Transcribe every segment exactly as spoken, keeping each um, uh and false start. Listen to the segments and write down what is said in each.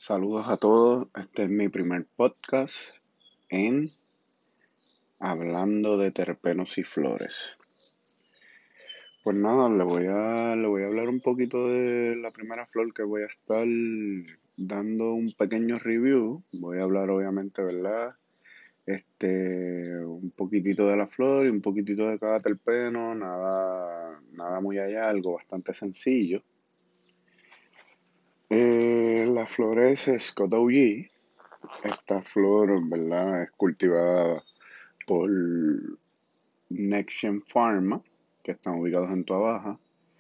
Saludos a todos, este es mi primer podcast en Hablando de terpenos y flores. Pues nada, le voy a, le voy a hablar un poquito de la primera flor que voy a estar dando un pequeño review. Voy a hablar obviamente, ¿verdad? Este, un poquitito de la flor y un poquitito de cada terpeno, nada, nada muy allá, algo bastante sencillo. Eh, la flor es Scott O G. Esta flor, ¿verdad? Es cultivada por NextGen Pharma, que están ubicados en Tua Baja.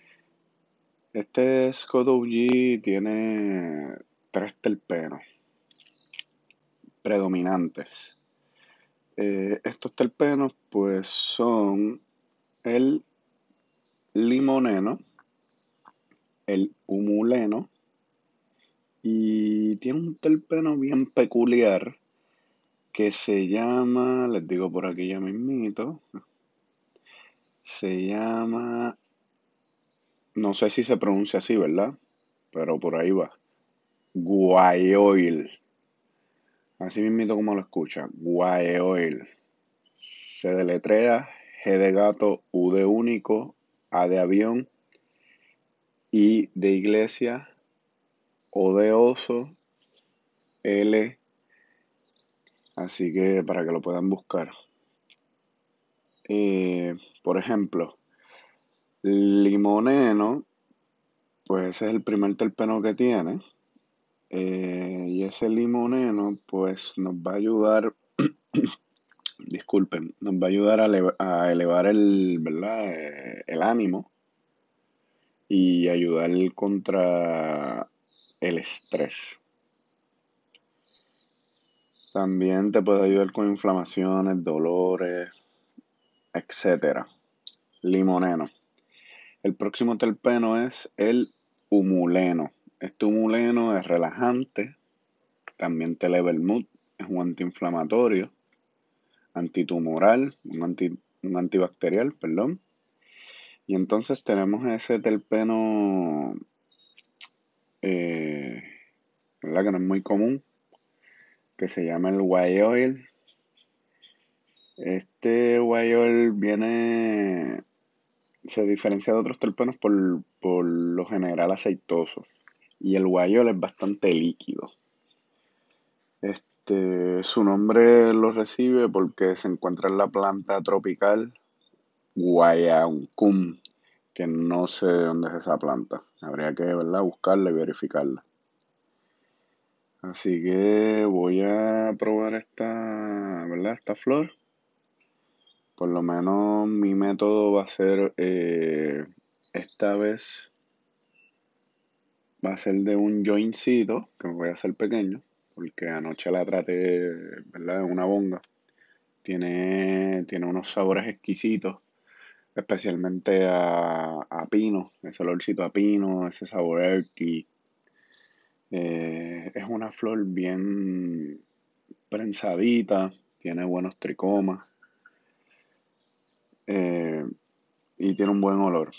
Este Scott O G tiene tres terpenos predominantes. Eh, estos terpenos, pues, son el limoneno, el humuleno, y tiene un terpeno bien peculiar que se llama, les digo por aquí ya mismito, se llama, no sé si se pronuncia así, ¿verdad? Pero por ahí va. Guayoil. Así mismito como lo escucha. Guayoil. Se deletrea G de gato, U de único, A de avión, I de iglesia, O de oso, L. Así que para que lo puedan buscar. Eh, por ejemplo, limoneno, pues ese es el primer terpeno que tiene. Eh, y ese limoneno, pues nos va a ayudar, disculpen, nos va a ayudar a, eleva- a elevar el, ¿verdad? Eh, el ánimo y ayudar contra el estrés. También te puede ayudar con inflamaciones, dolores, etcétera. Limoneno. El próximo terpeno es el humuleno. Este humuleno es relajante, también te eleva el mood, es un antiinflamatorio, antitumoral, un, anti, un antibacterial, perdón. Y entonces tenemos ese terpeno, eh, ¿verdad? Que no es muy común, que se llama el white oil. Este white oil viene, se diferencia de otros terpenos por, por lo general aceitoso. Y el white oil es bastante líquido. Este, su nombre lo recibe porque se encuentra en la planta tropical Guayaucum, que no sé de dónde es esa planta. Habría que, ¿verdad? Buscarla y verificarla. Así que voy a probar esta, ¿verdad? Esta flor. Por lo menos mi método va a ser, eh, esta vez va a ser de un jointcito, que me voy a hacer pequeño, porque anoche la traté, ¿verdad? En una bonga. Tiene, tiene unos sabores exquisitos, especialmente a, a pino, ese olorcito a pino, ese sabor erky. Eh, es una flor bien prensadita, tiene buenos tricomas, eh, y tiene un buen olor.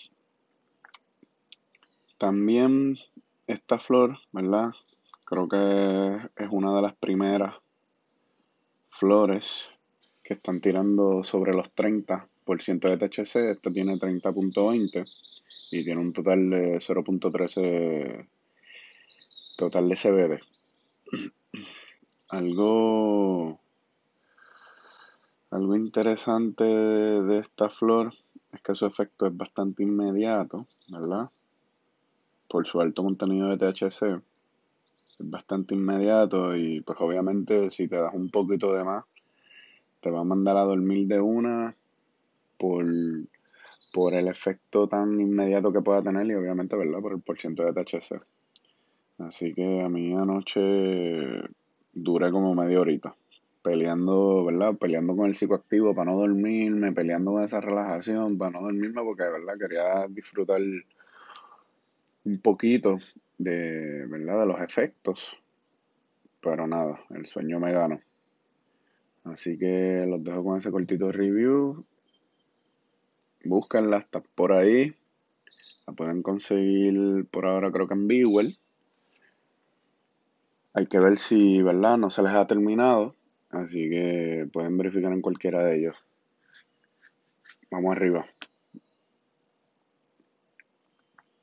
También esta flor, ¿verdad? Creo que es una de las primeras flores que están tirando sobre los treinta por ciento de T H C. Esta tiene treinta punto veinte y tiene un total de cero punto trece total de C B D. Algo, algo interesante de esta flor es que su efecto es bastante inmediato, ¿verdad? Por su alto contenido de T H C. Es bastante inmediato y pues obviamente si te das un poquito de más, te va a mandar a dormir de una por, por el efecto tan inmediato que pueda tener y obviamente, ¿verdad? Por el porcentaje de T H C. Así que a mí anoche duré como media horita peleando, ¿verdad? Peleando con el psicoactivo para no dormirme, peleando con esa relajación para no dormirme porque, ¿verdad? Quería disfrutar un poquito de, ¿verdad? De los efectos, pero nada, el sueño me ganó. Así que los dejo con ese cortito review. Búscanla, está por ahí. La pueden conseguir por ahora creo que en Bewell. Hay que ver si, ¿verdad? No se les ha terminado, así que pueden verificar en cualquiera de ellos. Vamos arriba.